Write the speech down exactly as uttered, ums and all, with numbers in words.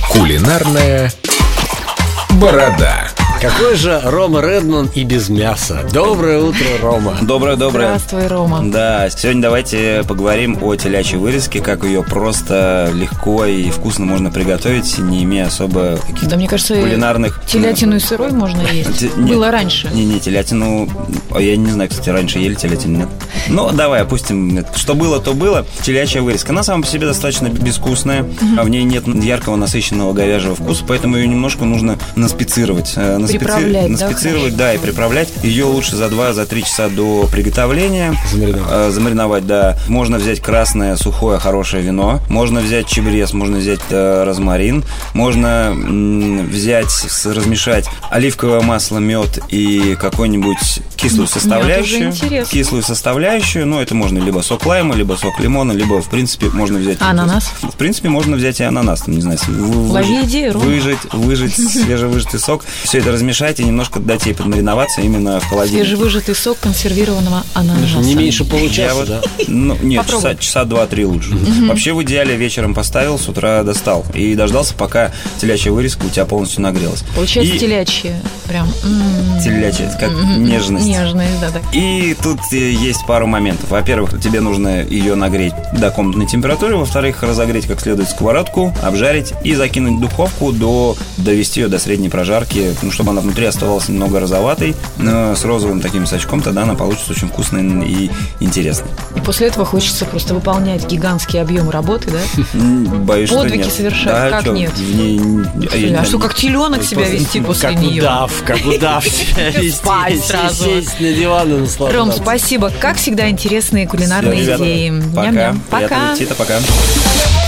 Кулинарная борода. Какой же Рома Редман и без мяса? Доброе утро, Рома. Доброе-доброе. Здравствуй, Рома. Да, сегодня давайте поговорим о телячьей вырезке, как ее просто легко и вкусно можно приготовить, не имея особо каких-то Да, мне кажется, кулинарных... телятину и сырой можно есть. Те- нет. Было раньше. Не-не, телятину... а Я не знаю, кстати, раньше ели телятину, нет. Ну, давай, опустим это. Что было, то было. Телячья вырезка. Она сама по себе достаточно безвкусная, а в ней нет яркого, насыщенного говяжьего вкуса, поэтому ее немножко нужно наспецировать. Э, наспеци- Приправлять, да, Наспецировать, да, и приправлять. Ее лучше за два-три часа до приготовления. Замариновать. Э, Замариновать, да. Можно взять красное, сухое, хорошее вино. Можно взять чабрец, можно взять э, розмарин. Можно м, взять, с- размешать оливковое масло, мед и какую-нибудь кислую Мед уже составляющую. интересно. Кислую составляющую. Ну, это можно либо сок лайма, либо сок лимона, либо, в принципе, можно взять... А ананас? В принципе, можно взять и ананас. Там, не знаю, если вы- Лови выжать- идею, Рома. выжать, выжать свежевыжатый сок. Все это размешайте, немножко дайте ей подмариноваться именно в холодильнике. Свежевыжатый сок консервированного ананаса. Не меньше Я получаса, вот- да? Ну, нет, часа, Попробуй. часа два-три лучше. Вообще, в идеале, вечером поставил, с утра достал. И дождался, пока телячья вырезка у тебя полностью нагрелась. Получается И- телячье. Прям. м-м. Телячья, это как Мгм. нежность. Нежность, да, так. И тут э, есть пару моментов. Во-первых, тебе нужно ее нагреть до комнатной температуры. Во-вторых, разогреть как следует сковородку, обжарить и закинуть в духовку, до, довести ее до средней прожарки, ну, чтобы она внутри оставалась немного розоватой, но с розовым таким сачком, тогда она получится очень вкусной и интересной. И после этого хочется просто выполнять гигантские объемы работы, да? М, Боюсь, что Подвиги нет. совершать? Да, Как чё, нет? в ней- а я не А знаю, что, как теленок себя вести после Как нее? удав, как удав себя вести. Спать сразу. Сесть на диван и наслаждаться. Ром, спасибо. Как всегда, интересные кулинарные Всё, ребята, идеи. Пока. Ням-ням. Приятного Пока. аппетита, пока.